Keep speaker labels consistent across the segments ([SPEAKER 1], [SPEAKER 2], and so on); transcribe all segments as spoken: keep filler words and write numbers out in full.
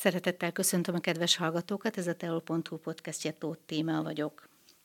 [SPEAKER 1] Szeretettel köszöntöm a kedves hallgatókat, ez a teol pont hu podcastje, Tóth Tímea vagyok.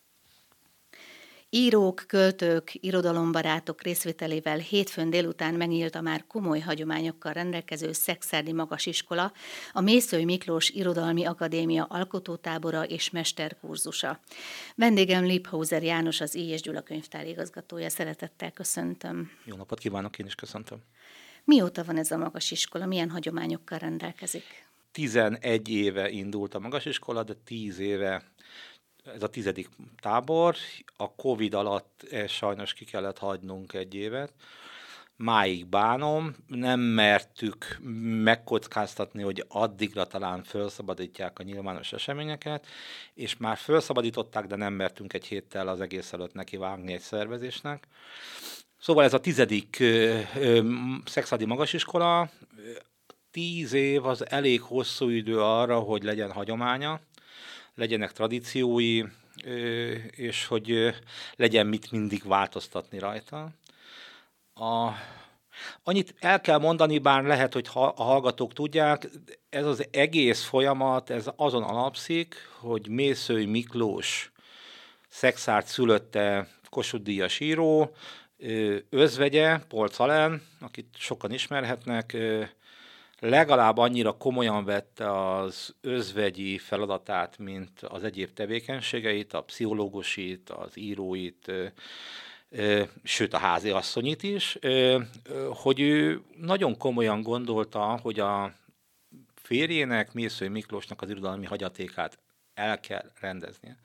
[SPEAKER 1] Írók, költők, irodalombarátok részvételével hétfőn délután megnyílt a már komoly hagyományokkal rendelkező Szekszárdi Magasiskola, a Mészöly Miklós Irodalmi Akadémia alkotótábora és mesterkurzusa. Vendégem Lipphauser János, az Éjes Gyula könyvtár igazgatója. Szeretettel köszöntöm.
[SPEAKER 2] Jó napot kívánok, én is köszöntöm.
[SPEAKER 1] Mióta van ez a magasiskola, milyen hagyományokkal rendelkezik?
[SPEAKER 2] tizenegy éve indult a magasiskola, de tíz éve ez a tizedik tábor. A Covid alatt sajnos ki kellett hagynunk egy évet. Máig bánom, nem mertük megkockáztatni, hogy addigra talán felszabadítják a nyilvános eseményeket, és már felszabadították, de nem mertünk egy héttel az egész előtt neki vágni egy szervezésnek. Szóval ez a tizedik ö, ö, Szekszárdi Magasiskola. Tíz év az elég hosszú idő arra, hogy legyen hagyománya, legyenek tradíciói, és hogy legyen mit mindig változtatni rajta. A, annyit el kell mondani, bár lehet, hogy a hallgatók tudják, ez az egész folyamat ez azon alapszik, hogy Mészöly Miklós Szekszárd szülötte Kossuth-díjas író, özvegye, Polczh Alen, akit sokan ismerhetnek, legalább annyira komolyan vette az özvegyi feladatát, mint az egyéb tevékenységeit, a pszichológusit, az íróit, sőt a háziasszonyit is, hogy ő nagyon komolyan gondolta, hogy a férjének, Mészöly Miklósnak az irodalmi hagyatékát el kell rendeznie.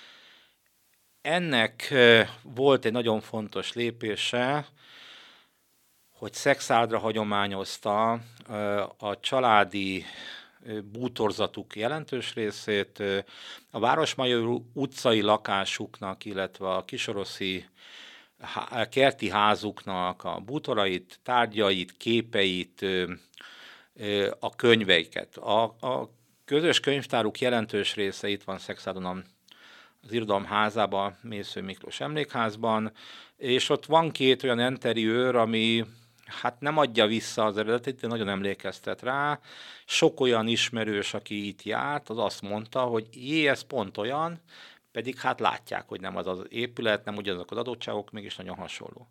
[SPEAKER 2] Ennek volt egy nagyon fontos lépése, hogy Szekszárdra hagyományozta a családi bútorzatuk jelentős részét, a Városmajor utcai lakásuknak, illetve a kisoroszi kerti házuknak a bútorait, tárgyait, képeit, a könyveiket. A, a közös könyvtáruk jelentős része itt van Szekszárdon az Irodalom házában, Mészöly Miklós Emlékházban, és ott van két olyan interiőr, ami hát nem adja vissza az eredetit, de nagyon emlékeztet rá. Sok olyan ismerős, aki itt járt, az azt mondta, hogy jé, ez pont olyan, pedig hát látják, hogy nem az az épület, nem ugyanazok az adottságok, mégis nagyon hasonló.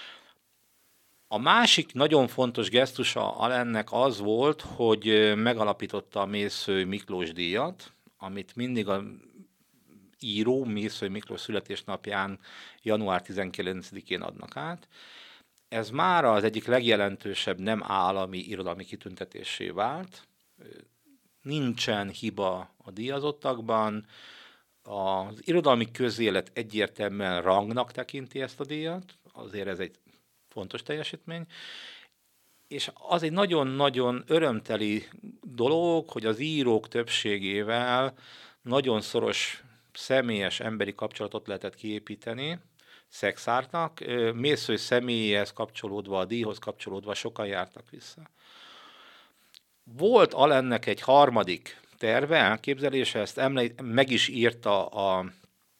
[SPEAKER 2] A másik nagyon fontos gesztusa Alennek az volt, hogy megalapította a Mészöly Miklós díjat, amit mindig a író Mészöly Miklós születésnapján január tizenkilencedikén adnak át. Ez már az egyik legjelentősebb nem állami irodalmi kitüntetésé vált. Nincsen hiba a díjazottakban. Az irodalmi közélet egyértelműen rangnak tekinti ezt a díjat, azért ez egy fontos teljesítmény. És az egy nagyon-nagyon örömteli dolog, hogy az írók többségével nagyon szoros személyes emberi kapcsolatot lehetett kiépíteni Szekszárdnak. Mészöly személyéhez kapcsolódva, a díjhoz kapcsolódva sokan jártak vissza. Volt Alennek egy harmadik terve, elképzelése, ezt emlé- meg is írta a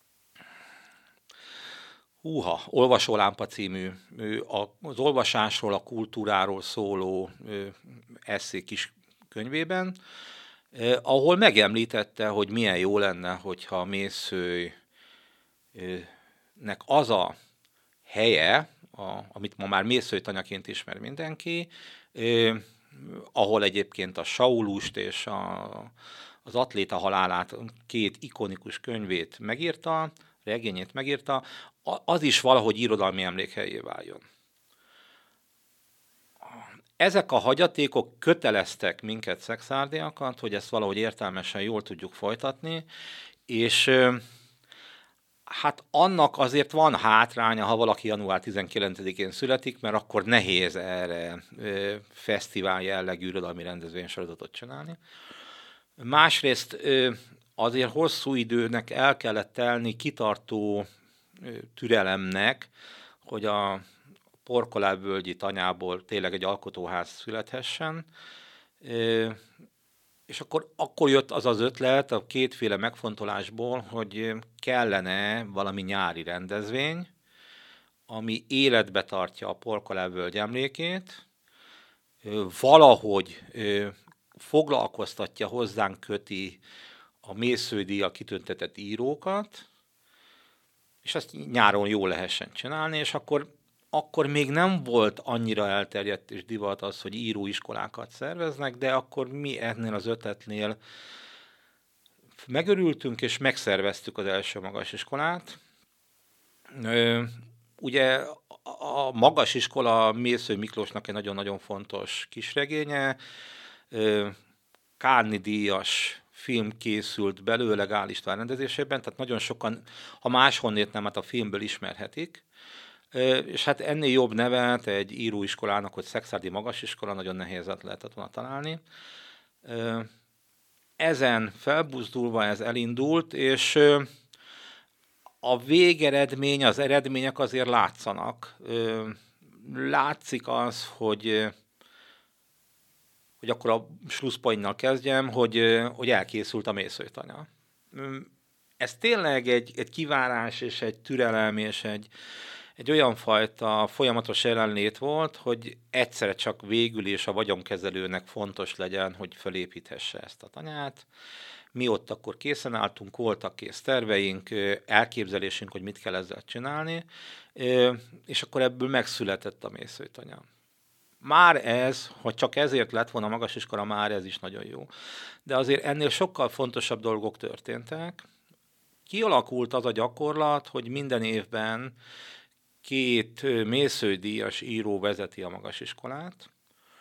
[SPEAKER 2] Húha, Olvasólámpa című, az olvasásról, a kultúráról szóló esszé kis könyvében, ahol megemlítette, hogy milyen jó lenne, hogyha Mészölynek az a helye, a, amit ma már Mészöly tanyaként ismer mindenki, eh, ahol egyébként a Saulust és a, az Atléta halálát, két ikonikus könyvét megírta, regényét megírta, az is valahogy irodalmi emlékhelyé váljon. Ezek a hagyatékok köteleztek minket, szekszárdiakat, hogy ezt valahogy értelmesen jól tudjuk folytatni, és hát annak azért van hátránya, ha valaki január tizenkilencedikén születik, mert akkor nehéz erre fesztivál jellegű irodalmi rendezvénysorozatot csinálni. Másrészt azért hosszú időnek el kellett telni, kitartó türelemnek, hogy a Porkoláb-völgyi tanyából tényleg egy alkotóház születhessen. És akkor, akkor jött az az ötlet a kétféle megfontolásból, hogy kellene valami nyári rendezvény, ami életbe tartja a Porkoláb-völgy emlékét, valahogy foglalkoztatja, hozzánk köti a Mészői-díjjal kitüntetett írókat, és azt nyáron jól lehessen csinálni, és akkor, akkor még nem volt annyira elterjedt és divat az, hogy íróiskolákat szerveznek, de akkor mi ennél az ötletnél megörültünk, és megszerveztük az első magasiskolát. Ugye a magasiskola Mészői Miklósnak egy nagyon-nagyon fontos kisregénye, Kárni-díjas film készült belőle Gál István rendezésében, tehát nagyon sokan, ha máshonnét nem, hát a filmből ismerhetik. És hát ennél jobb nevet egy íróiskolának, hogy Szekszárdi Magasiskola, nagyon nehézet lehetett volna találni. Ezen felbuzdulva ez elindult, és a végeredmény, az eredmények azért látszanak. Látszik az, hogy, hogy akkor a slusszpoinnnal kezdjem, hogy, hogy elkészült a mészőtanya. Ez tényleg egy, egy kivárás, és egy türelem, és egy, egy olyan fajta folyamatos jelenlét volt, hogy egyszerre csak végül és a vagyonkezelőnek fontos legyen, hogy felépíthesse ezt a tanyát. Mi ott akkor készen álltunk, voltak kész terveink, elképzelésünk, hogy mit kell ezzel csinálni, és akkor ebből megszületett a mészőtanya. Már ez, hogy csak ezért lett volna magasiskola, már ez is nagyon jó. De azért ennél sokkal fontosabb dolgok történtek. Kialakult az a gyakorlat, hogy minden évben két Mészői-díjas író vezeti a magasiskolát.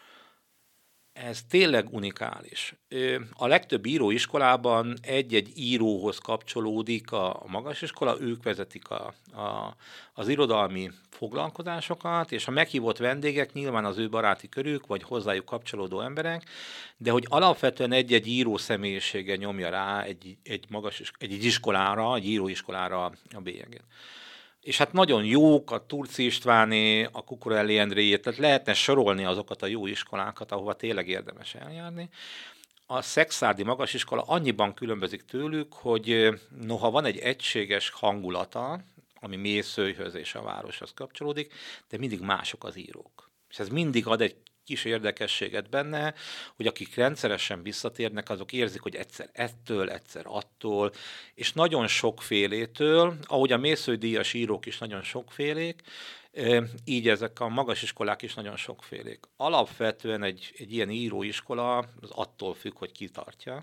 [SPEAKER 2] Ez tényleg unikális. A legtöbb íróiskolában egy-egy íróhoz kapcsolódik a magasiskola, ők vezetik a, a, az irodalmi foglalkozásokat, és a meghívott vendégek nyilván az ő baráti körük, vagy hozzájuk kapcsolódó emberek, de hogy alapvetően egy-egy író személyisége nyomja rá egy, egy, magas, egy, egy iskolára, egy íróiskolára a bélyegét. És hát nagyon jók, a Turci Istváné, a Kukorelli Endréjét, tehát lehetne sorolni azokat a jó iskolákat, ahova tényleg érdemes eljárni. A Szekszárdi Magasiskola annyiban különbözik tőlük, hogy noha van egy egységes hangulata, ami Mészőihöz és a városhoz kapcsolódik, de mindig mások az írók. És ez mindig ad egy kis érdekességet benne, hogy akik rendszeresen visszatérnek, azok érzik, hogy egyszer ettől, egyszer attól, és nagyon sokfélétől, ahogy a Mészői-díjas írók is nagyon sokfélék, így ezek a magasiskolák is nagyon sokfélék. Alapvetően egy, egy ilyen íróiskola az attól függ, hogy ki tartja,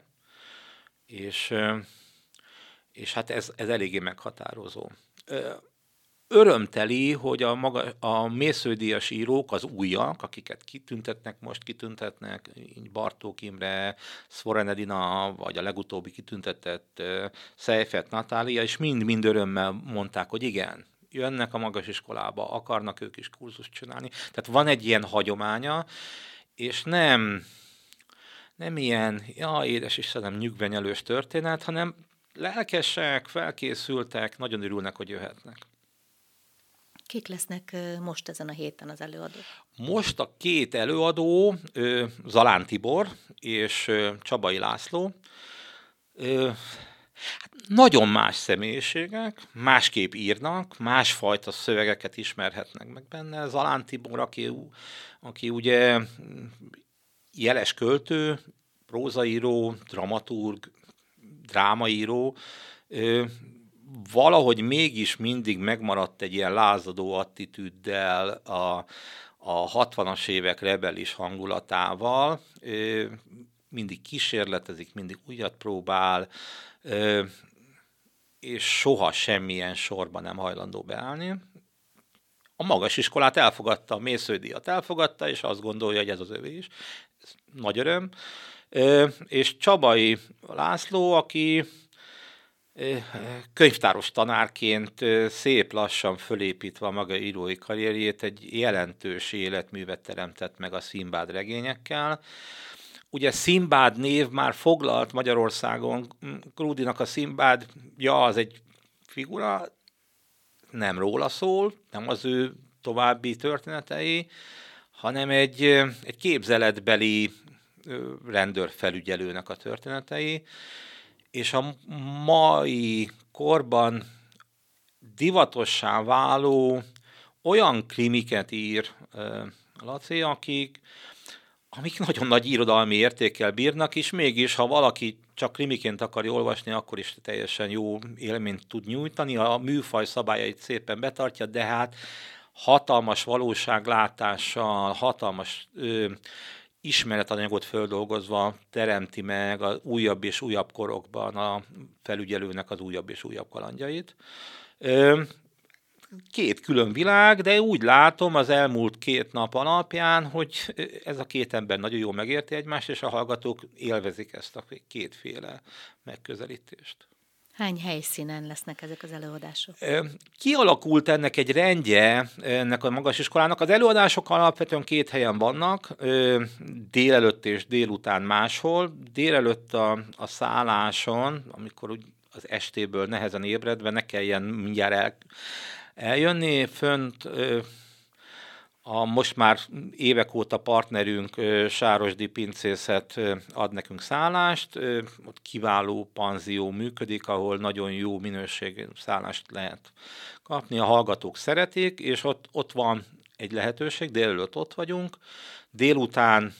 [SPEAKER 2] és, és hát ez, ez eléggé meghatározó. Örömteli, hogy a, maga, a Mészői-díjas írók, az újak, akiket kitüntetnek, most kitüntetnek, Bartók Imre, Szvoren Edina, vagy a legutóbbi kitüntetett uh, Seifert Natália, és mind-mind örömmel mondták, hogy igen, jönnek a magasiskolába, akarnak ők is kurzust csinálni. Tehát van egy ilyen hagyománya, és nem, nem ilyen, ja, édes Istenem, nyugvenyelős történet, hanem lelkesek, felkészültek, nagyon örülnek, hogy jöhetnek.
[SPEAKER 1] Kik lesznek most ezen a héten az előadók?
[SPEAKER 2] Most a két előadó, Zalán Tibor és Csabai László, nagyon más személyiségek, másképp írnak, másfajta szövegeket ismerhetnek meg benne. Zalán Tibor, aki, aki ugye jeles költő, prózaíró, dramaturg, drámaíró, valahogy mégis mindig megmaradt egy ilyen lázadó attitűddel, a, a hatvanas évek rebelis hangulatával, mindig kísérletezik, mindig újat próbál, és soha semmilyen sorban nem hajlandó beállni. A magasiskolát elfogadta, a Mészői-díjat elfogadta, és azt gondolja, hogy ez az övé is. Ez nagy öröm. És Csabai László, aki könyvtáros tanárként szép lassan fölépítve a maga írói karrierjét, egy jelentős életművet teremtett meg a Szimbád regényekkel. Ugye Szimbád név már foglalt Magyarországon, Krudinak a Szimbádja az egy figura, nem róla szól, nem az ő további történetei, hanem egy, egy képzeletbeli rendőrfelügyelőnek a történetei, és a mai korban divatossá váló olyan krimiket ír Laci, akik, amik nagyon nagy irodalmi értékkel bírnak, és mégis, ha valaki csak krimiként akarja olvasni, akkor is teljesen jó élményt tud nyújtani. A műfaj szabályait szépen betartja, de hát hatalmas valóságlátással, hatalmas ö, ismeretanyagot földolgozva teremti meg az újabb és újabb korokban a felügyelőnek az újabb és újabb kalandjait. Ö, Két külön világ, de úgy látom az elmúlt két nap alapján, hogy ez a két ember nagyon jól megérti egymást, és a hallgatók élvezik ezt a kétféle megközelítést.
[SPEAKER 1] Hány helyszínen lesznek ezek az előadások?
[SPEAKER 2] Kialakult ennek egy rendje, ennek a magasiskolának. Az előadások alapvetően két helyen vannak, délelőtt és délután máshol. Délelőtt a, a szálláson, amikor úgy az estéből nehezen ébredve, ne kelljen mindjárt el, eljönni, fönt a most már évek óta partnerünk Sárosdi Pincészet ad nekünk szállást, ott kiváló panzió működik, ahol nagyon jó minőségű szállást lehet kapni, a hallgatók szeretik, és ott, ott van egy lehetőség, délelőtt ott vagyunk, délután,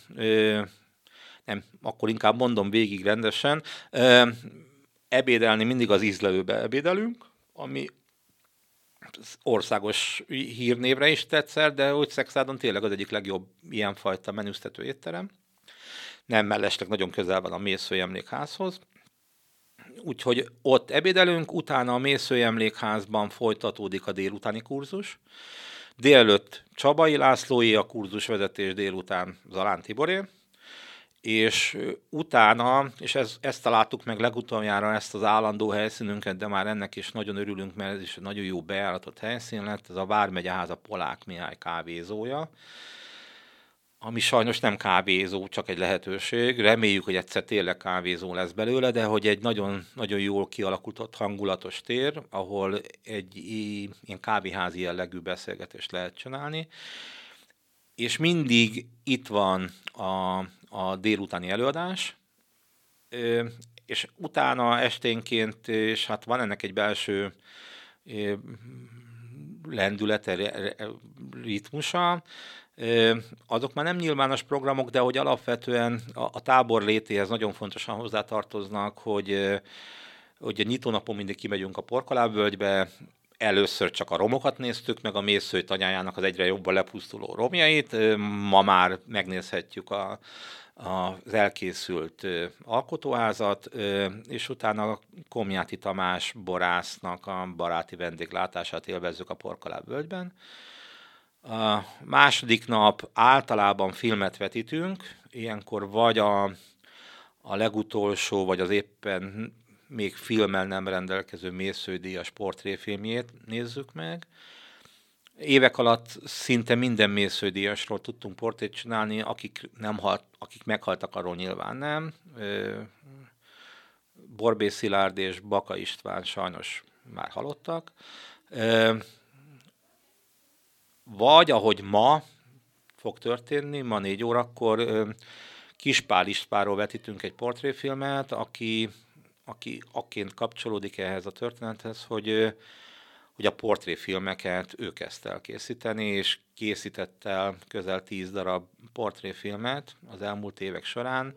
[SPEAKER 2] nem, akkor inkább mondom végig rendesen, ebédelni mindig az ízlelőbe ebédelünk, ami országos hírnévre is tetszer, de úgy Szekszádon tényleg az egyik legjobb ilyenfajta menüztető étterem. Nem mellesleg nagyon közel van a Mészői Emlékházhoz. Úgyhogy ott ebédelünk, utána a Mészői Emlékházban folytatódik a délutáni kurzus. Délelőtt Csabai Lászlóé a kurzusvezetés, délután Zalán Tiboré. És utána, és ez, ezt találtuk meg legutoljára, ezt az állandó helyszínünket, de már ennek is nagyon örülünk, mert ez is egy nagyon jó bejáratott helyszín lett, ez a Vármegyeháza Polák Mihály kávézója, ami sajnos nem kávézó, csak egy lehetőség. Reméljük, hogy egyszer tényleg kávézó lesz belőle, de hogy egy nagyon, nagyon jól kialakultott hangulatos tér, ahol egy ilyen kávéházi jellegű beszélgetést lehet csinálni. És mindig itt van a, a délutáni előadás, és utána esténként, és hát van ennek egy belső lendülete, ritmusa, azok már nem nyilvános programok, de hogy alapvetően a, a tábor létéhez nagyon fontosan hozzátartoznak, hogy, hogy a nyitónapon mindig kimegyünk a Porkolábvölgybe, először csak a romokat néztük, meg a Mészői tanyájának az egyre jobban lepusztuló romjait. Ma már megnézhetjük a, az elkészült alkotóházat, és utána Komjáti Tamás borásznak a baráti vendéglátását élvezzük a Porkolábvölgyben. A második nap általában filmet vetítünk, ilyenkor vagy a, a legutolsó, vagy az éppen még filmmel nem rendelkező Mészői díjas portréfilmjét nézzük meg. Évek alatt szinte minden Mészői díjasról tudtunk portrét csinálni, akik, nem halt, akik meghaltak, arról nyilván nem. Borbély Szilárd és Baka István sajnos már halottak. Vagy, ahogy ma fog történni, ma négy órakor Kispál Istvánról vetítünk egy portréfilmet, aki aki akként kapcsolódik ehhez a történethez, hogy, hogy a portréfilmeket ő kezdte el készíteni, és készített el közel tíz darab portréfilmet az elmúlt évek során.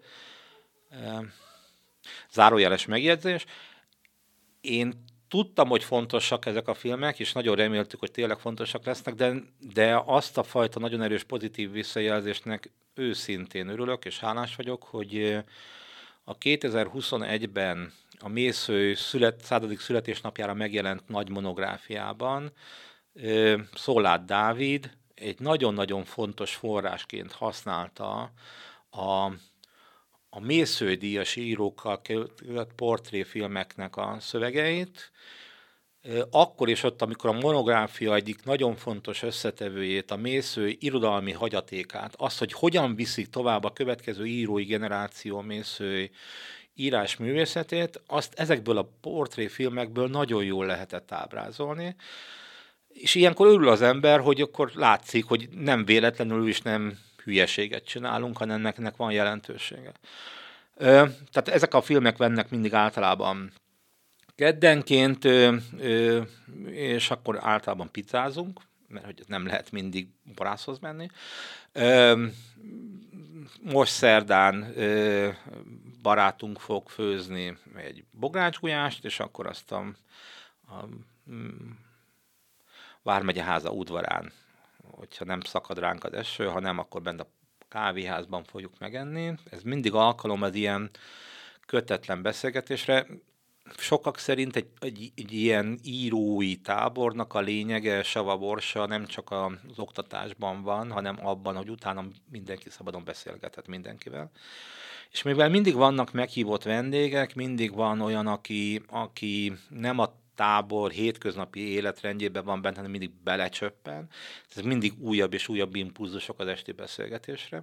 [SPEAKER 2] Zárójeles megjegyzés. Én tudtam, hogy fontosak ezek a filmek, és nagyon reméltük, hogy tényleg fontosak lesznek, de, de azt a fajta nagyon erős pozitív visszajelzésnek őszintén örülök, és hálás vagyok, hogy a kétezer-huszonegyben a Mészői szület, századik születésnapjára megjelent nagy monográfiában Szolát Dávid egy nagyon-nagyon fontos forrásként használta a, a Mészői díjas írókkal kötött portréfilmeknek a szövegeit. Akkor is ott, amikor a monográfia egyik nagyon fontos összetevőjét, a Mészői irodalmi hagyatékát, azt, hogy hogyan viszik tovább a következő írói generáció Mészői írásművészetét, azt ezekből a portréfilmekből nagyon jól lehetett ábrázolni. És ilyenkor örül az ember, hogy akkor látszik, hogy nem véletlenül is nem hülyeséget csinálunk, hanem ennek, ennek van jelentősége. Tehát ezek a filmek vennek mindig általában keddenként, és akkor általában pizzázunk, mert hogy nem lehet mindig borászhoz menni. most szerdán ö, barátunk fog főzni egy bográcsgulyást, és akkor azt a, a mm, Vármegyeháza udvarán, hogyha nem szakad ránk az eső, ha nem, akkor bent a kávéházban fogjuk megenni. Ez mindig alkalom az ilyen kötetlen beszélgetésre. Sokak szerint egy, egy, egy ilyen írói tábornak a lényege, sava borsa nem csak az oktatásban van, hanem abban, hogy utána mindenki szabadon beszélgethet mindenkivel. És mivel mindig vannak meghívott vendégek, mindig van olyan, aki, aki nem a tábor hétköznapi életrendjében van benne, hanem mindig belecsöppen. Ez mindig újabb és újabb impulzusok az esti beszélgetésre.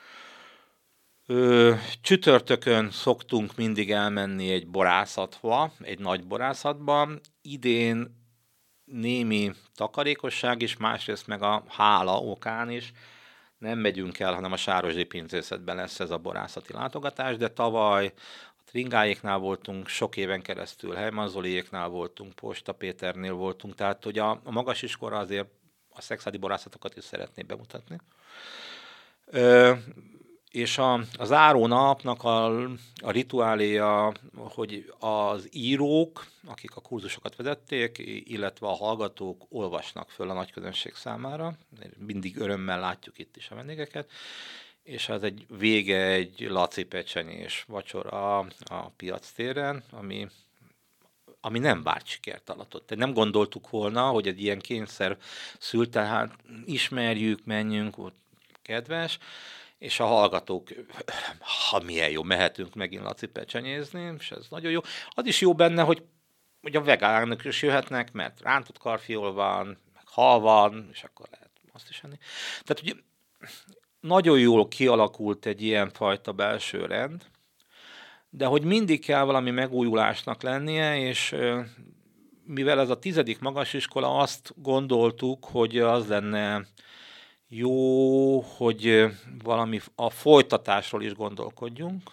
[SPEAKER 2] Ö, csütörtökön szoktunk mindig elmenni egy borászatba, egy nagy borászatba. Idén némi takarékosság is, másrészt meg a hála okán is nem megyünk el, hanem a Sárosdi Pincészetben lesz ez a borászati látogatás, de tavaly a Tringáéknál voltunk, sok éven keresztül Helyman Zoliéknál voltunk, Posta Péternél voltunk, tehát hogy a, a magas iskola azért a szexádi borászatokat is szeretné bemutatni. Ö, És a, a záró napnak a, a rituáléja, hogy az írók, akik a kurzusokat vezették, illetve a hallgatók olvasnak föl a nagy közönség számára. Mindig örömmel látjuk itt is a vendégeket. És ez egy vége egy Laci pecsenyés vacsora a piac téren, ami, ami nem várt sikert alatt. Nem gondoltuk volna, hogy egy ilyen kényszer szült, tehát ismerjük, menjünk, ott kedves, és a hallgatók, ha milyen jó, mehetünk megint Laci pecsenyézni, és ez nagyon jó. Az is jó benne, hogy, hogy a vegánok is jöhetnek, mert rántott karfiol van, meg hal van, és akkor lehet azt is enni. Tehát ugye nagyon jól kialakult egy ilyen fajta belső rend, de hogy mindig kell valami megújulásnak lennie, és mivel ez a tizedik magasiskola, azt gondoltuk, hogy az lenne jó, hogy valami a folytatásról is gondolkodjunk.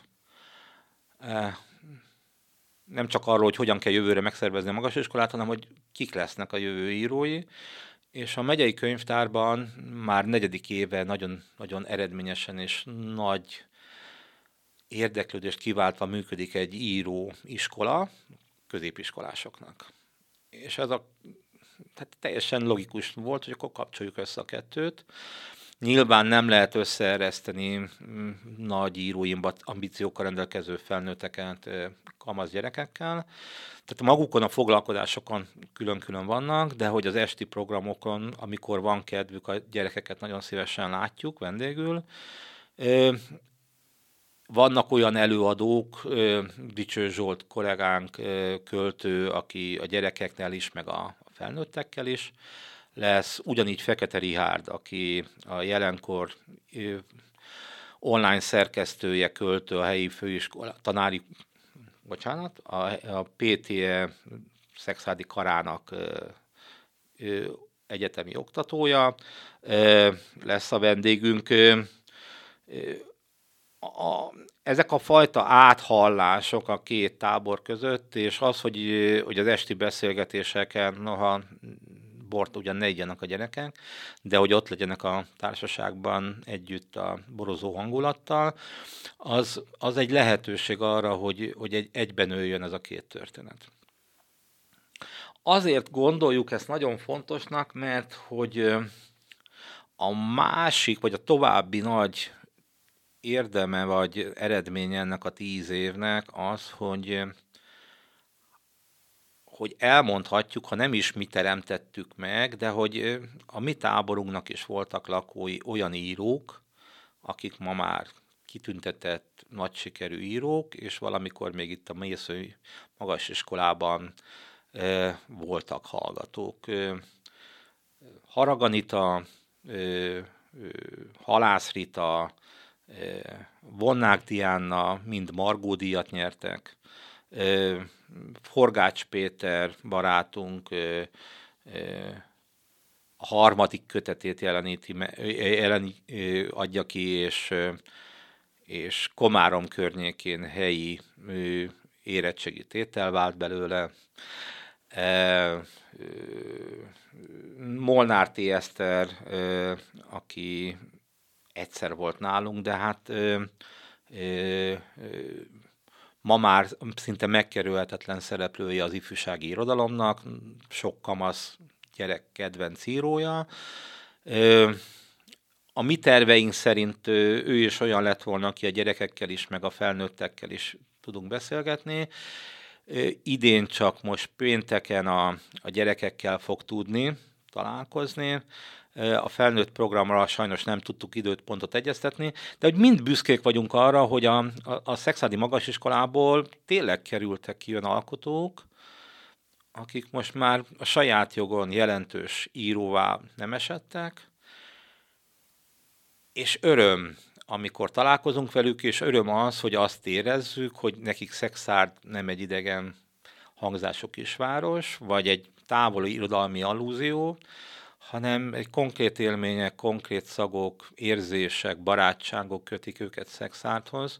[SPEAKER 2] Nem csak arról, hogy hogyan kell jövőre megszervezni a magasiskolát, hanem hogy kik lesznek a jövő írói. És a megyei könyvtárban már negyedik éve nagyon, nagyon eredményesen és nagy érdeklődést kiváltva működik egy íróiskola középiskolásoknak. És ez a tehát teljesen logikus volt, hogy akkor kapcsoljuk össze a kettőt. Nyilván nem lehet összeereszteni nagy írói ambíciókkal rendelkező felnőtteket kamasz gyerekekkel. Tehát magukon a foglalkozásokon külön-külön vannak, de hogy az esti programokon, amikor van kedvük, a gyerekeket nagyon szívesen látjuk vendégül. Vannak olyan előadók, Dicső Zsolt kollégánk, költő, aki a gyerekeknél is, meg a felnőttekkel is lesz, ugyanígy Fekete Rihárd, aki a jelenkor online szerkesztője, költő a helyi főiskola, tanári, bocsánat, a, a pé té e Szexádi Karának ö, ö, egyetemi oktatója, ö, lesz a vendégünk. Ö, ö, a, ezek a fajta áthallások a két tábor között, és az, hogy, hogy az esti beszélgetéseken, noha bort ugyan ne igyanak a gyerekek, de hogy ott legyenek a társaságban együtt a borozó hangulattal, az, az egy lehetőség arra, hogy, hogy egy, egyben öljön ez a két történet. Azért gondoljuk ezt nagyon fontosnak, mert hogy a másik, vagy a további nagy érdeme vagy eredménye ennek a tíz évnek az, hogy, hogy elmondhatjuk, ha nem is mi teremtettük meg, de hogy a mi táborunknak is voltak lakói olyan írók, akik ma már kitüntetett nagy sikerű írók, és valamikor még itt a Mészői magasiskolában e, voltak hallgatók. E, Haraganita, e, e, Halász Rita, Vonnák Diana, mind Margó díjat nyertek. Forgács Péter barátunk a harmadik kötetét jeleníti, jelen, adja ki, és, és Komárom környékén helyi érettségi tétel vált belőle. Molnár T. Eszter, aki egyszer volt nálunk, de hát ö, ö, ö, ma már szinte megkerülhetetlen szereplője az ifjúsági irodalomnak, sok kamasz gyerek kedvenc írója. Ö, a mi terveink szerint ő is olyan lett volna, aki a gyerekekkel is, meg a felnőttekkel is tudunk beszélgetni. Idén csak most pénteken a, a gyerekekkel fog tudni találkozni. A felnőtt programra sajnos nem tudtuk időpontot egyeztetni, de hogy mind büszkék vagyunk arra, hogy a, a, a Szekszárdi Magasiskolából tényleg kerültek ki olyan alkotók, akik most már a saját jogon jelentős íróvá nem esedtek, és öröm, amikor találkozunk velük, és öröm az, hogy azt érezzük, hogy nekik Szekszárd nem egy idegen hangzású kisváros, vagy egy távoli irodalmi allúzió, hanem egy konkrét élmények, konkrét szagok, érzések, barátságok kötik őket Szekszárdhoz.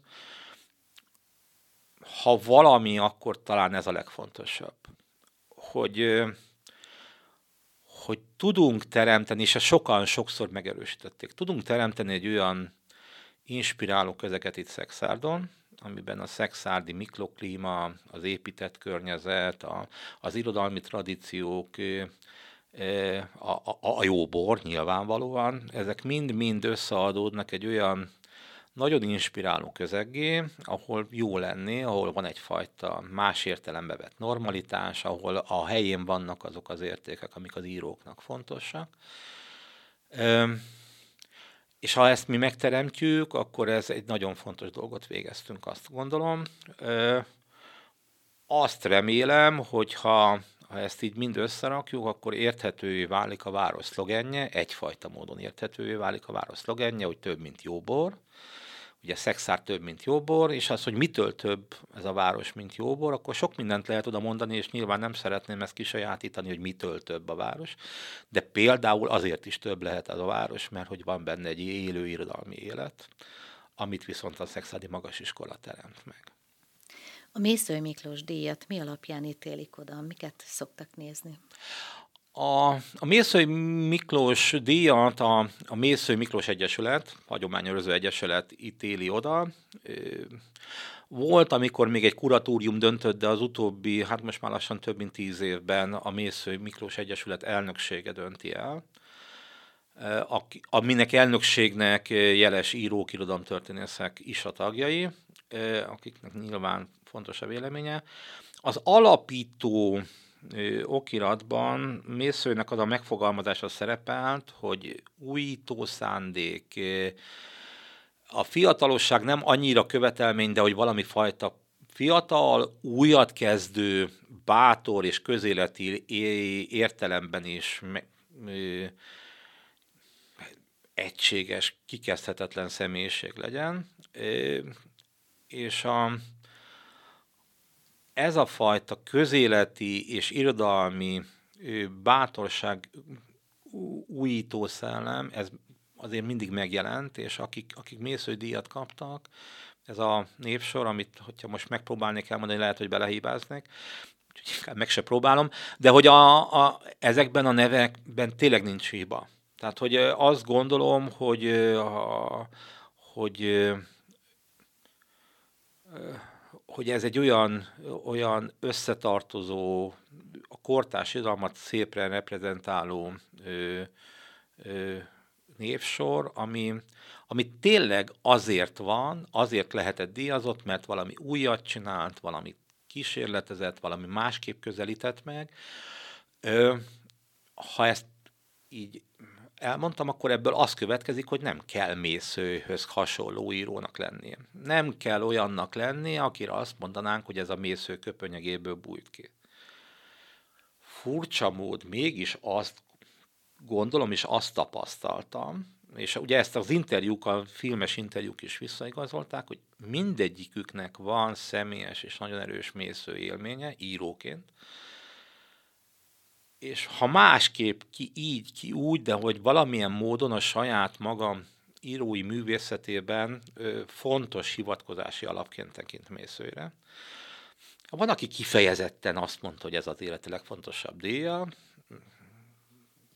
[SPEAKER 2] Ha valami, akkor talán ez a legfontosabb. Hogy, hogy tudunk teremteni, és ezt sokan sokszor megerősítették, tudunk teremteni egy olyan inspiráló közeket itt Szekszárdon, amiben a szekszárdi mikroklíma, az épített környezet, a, az irodalmi tradíciók, a, a, a jó bor nyilvánvalóan, ezek mind-mind összeadódnak egy olyan nagyon inspiráló közeggé, ahol jó lenni, ahol van egyfajta más értelembe vett normalitás, ahol a helyén vannak azok az értékek, amik az íróknak fontosak. És ha ezt mi megteremtjük, akkor ez egy nagyon fontos dolgot végeztünk, azt gondolom. Azt remélem, hogy ha, ha ezt így mind összerakjuk, akkor érthetővé válik a város szlogenje, egyfajta módon érthetővé válik a város szlogenje, hogy több, mint jó bor. Ugye Szekszárd több, mint jó bor, és az, hogy mitől több ez a város, mint jó bor, akkor sok mindent lehet oda mondani, és nyilván nem szeretném ezt kisajátítani, hogy mitől több a város, de például azért is több lehet ez a város, mert hogy van benne egy élő irodalmi élet, amit viszont a Szekszárdi Magasiskola teremt meg.
[SPEAKER 1] A Mészöly Miklós díjat mi alapján ítélik oda? Miket szoktak nézni?
[SPEAKER 2] A, a Mészöly Miklós díjat a, a Mészöly Miklós Egyesület, Hagyományőrző Egyesület ítéli oda. Volt, amikor még egy kuratórium döntött, de az utóbbi, hát most már lassan több mint tíz évben a Mészöly Miklós Egyesület elnöksége dönti el, aminek elnökségnek jeles írók, irodalomtörténészek is a tagjai, akiknek nyilván fontos a véleménye. Az alapító okiratban Mészőnek az a megfogalmazása szerepelt, hogy újító szándék, a fiatalosság nem annyira követelmény, de hogy valami fajta fiatal, újat kezdő, bátor és közéleti értelemben is egységes, kikezdhetetlen személyiség legyen. És a ez a fajta közéleti és irodalmi bátorság, újító szellem, ez azért mindig megjelent, és akik, akik Mészöly díjat kaptak, ez a névsor, amit, hogyha most megpróbálnék elmondani, lehet, hogy belehibáznék, úgyhogy meg se próbálom, de hogy a, a, ezekben a nevekben tényleg nincs hiba. Tehát, hogy azt gondolom, hogy, a, hogy hogy ez egy olyan, olyan összetartozó, a kortárs irodalmat szépen reprezentáló ö, ö, névsor, ami, ami tényleg azért van, azért lehetett díjazott, mert valami újat csinált, valami kísérletezett, valami másképp közelített meg. Ö, ha ezt így elmondtam, akkor ebből az következik, hogy nem kell Mészőhöz hasonló írónak lennie. Nem kell olyannak lennie, akire azt mondanánk, hogy ez a Mésző köpönyegéből bújt ki. Furcsa mód mégis azt gondolom, és azt tapasztaltam, és ugye ezt az interjúk, a filmes interjúk is visszaigazolták, hogy mindegyiküknek van személyes és nagyon erős Mésző élménye, íróként, és ha másképp ki így, ki úgy, de hogy valamilyen módon a saját maga írói művészetében ö, fontos hivatkozási alapként tekint Mészőre. Van, aki kifejezetten azt mondta, hogy ez az élete legfontosabb díja.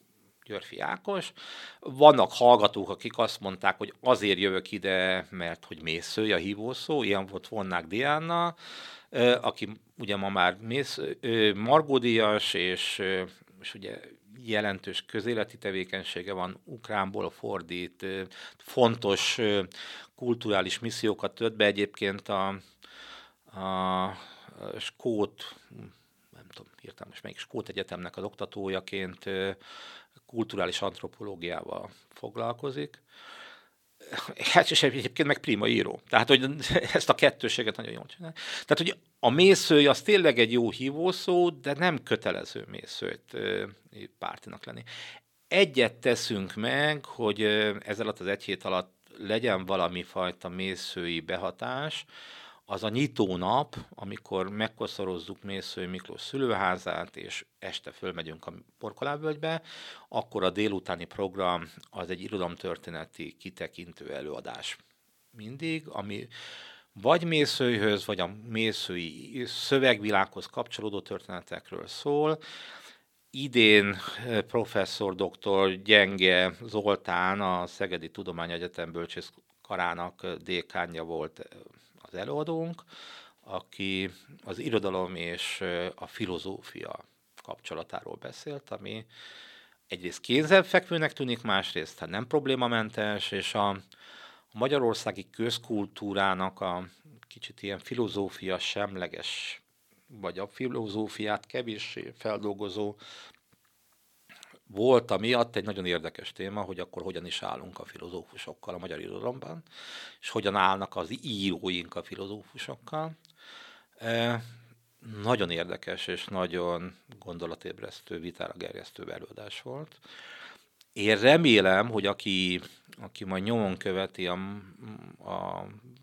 [SPEAKER 2] Györfi Ákos. Vannak hallgatók, akik azt mondták, hogy azért jövök ide, mert hogy Mészői a hívószó, ilyen volt Vonnák Diana, aki ugye ma már mész, Margó díjas, és, és ugye jelentős közéleti tevékenysége van, ukránból fordít, fontos kulturális missziókat tölt be egyébként a, a skót, nem tudom, hirtelen most melyik skót egyetemnek az oktatójaként kulturális antropológiával foglalkozik. Hát, és egyébként meg prima író. Tehát, hogy ezt a kettőséget nagyon jól csinál. Tehát, hogy a Mészői az tényleg egy jó hívószó, de nem kötelező Mészőit pártinak lenni. Egyet teszünk meg, hogy ez alatt az egy hét alatt legyen valami fajta mészői behatás, az a nyitónap, amikor megkoszorozzuk Mészői Miklós szülőházát, és este fölmegyünk a Porkolábvölgybe, akkor a délutáni program az egy irodalomtörténeti kitekintő előadás. Mindig, ami vagy Mészőihöz, vagy a mészői szövegvilághoz kapcsolódó történetekről szól. Idén professzor doktor Gyenge Zoltán, a Szegedi Tudományegyetem bölcsészkarának dékánja volt az előadónk, aki az irodalom és a filozófia kapcsolatáról beszélt, ami egyrészt kézenfekvőnek tűnik, másrészt hát nem problémamentes, és a, a magyarországi közkultúrának a kicsit ilyen filozófia semleges, vagy a filozófiát kevéssé feldolgozó volt miatt egy nagyon érdekes téma, hogy akkor hogyan is állunk a filozófusokkal a magyar irodalomban, és hogyan állnak az íróink a filozófusokkal. E, nagyon érdekes és nagyon gondolatébresztő, vitára gerjesztő előadás volt. Én remélem, hogy aki, aki majd nyomon követi a, a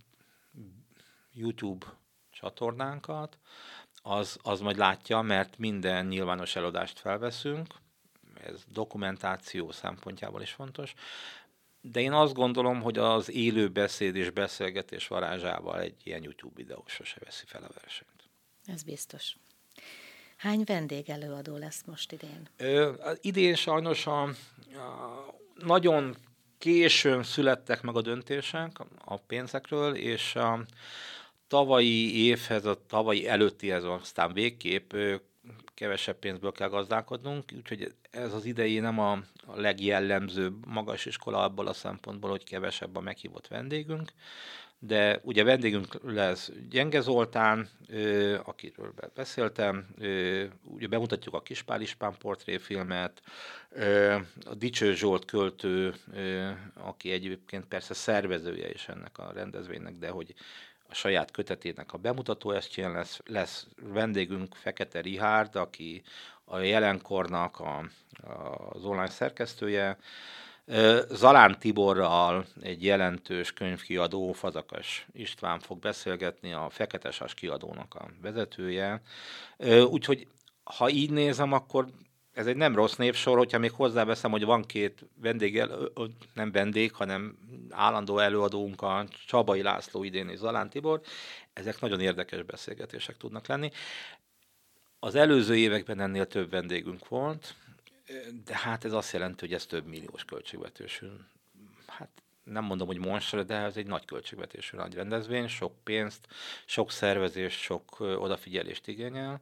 [SPEAKER 2] YouTube csatornánkat, az, az majd látja, mert minden nyilvános előadást felveszünk, ez dokumentáció szempontjából is fontos, de én azt gondolom, hogy az élő beszéd és beszélgetés varázsával egy ilyen YouTube videó sose veszi fel a versenyt.
[SPEAKER 1] Ez biztos. Hány vendégelőadó lesz most idén?
[SPEAKER 2] Ö, idén sajnos a, a, nagyon későn születtek meg a döntések a pénzekről, és a tavalyi évhez, a tavalyi előttihez aztán végképp kevesebb pénzből kell gazdálkodnunk, úgyhogy ez az idei nem a, a legjellemzőbb magas iskola abból a szempontból, hogy kevesebb a meghívott vendégünk, de ugye vendégünk lesz Gyenge Zoltán, ö, akiről beszéltem, ö, ugye bemutatjuk a Kispál Ispán portréfilmet, ö, a Dicső Zsolt költő, ö, aki egyébként persze szervezője is ennek a rendezvénynek, de hogy a saját kötetének a bemutató estjén lesz, lesz vendégünk Fekete Rihárd, aki a Jelenkornak a, az online szerkesztője, Zalán Tiborral egy jelentős könyvkiadó, Fazakas István fog beszélgetni, a Fekete Sas kiadónak a vezetője. Úgyhogy ha így nézem, akkor ez egy nem rossz névsor, hogyha még hozzáveszem, hogy van két vendég, nem vendég, hanem állandó előadónk, a Csabai László idén és Zalán Tibor. Ezek nagyon érdekes beszélgetések tudnak lenni. Az előző években ennél több vendégünk volt, de hát ez azt jelenti, hogy ez több milliós költségvetésű. Hát nem mondom, hogy monster, de ez egy nagy költségvetésű nagy rendezvény, sok pénzt, sok szervezést, sok odafigyelést igényel.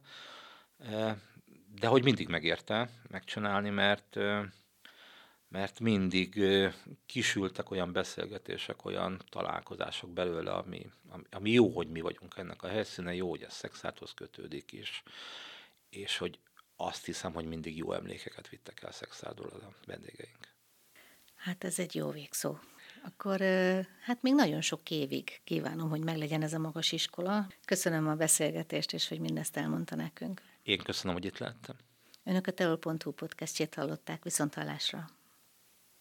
[SPEAKER 2] De hogy mindig megérte megcsinálni, mert, mert mindig kisültek olyan beszélgetések, olyan találkozások belőle, ami, ami jó, hogy mi vagyunk ennek a helyszínen, jó, hogy ez Szekszárthoz kötődik is, és hogy azt hiszem, hogy mindig jó emlékeket vittek el Szekszárdról a vendégeink.
[SPEAKER 1] Hát ez egy jó végszó. Akkor hát még nagyon sok évig kívánom, hogy meglegyen ez a magas iskola. Köszönöm a beszélgetést, és hogy mindezt elmondta nekünk.
[SPEAKER 2] Én köszönöm, hogy itt lehettem.
[SPEAKER 1] Önök a teol pont hu podcastjét hallották, viszonthallásra.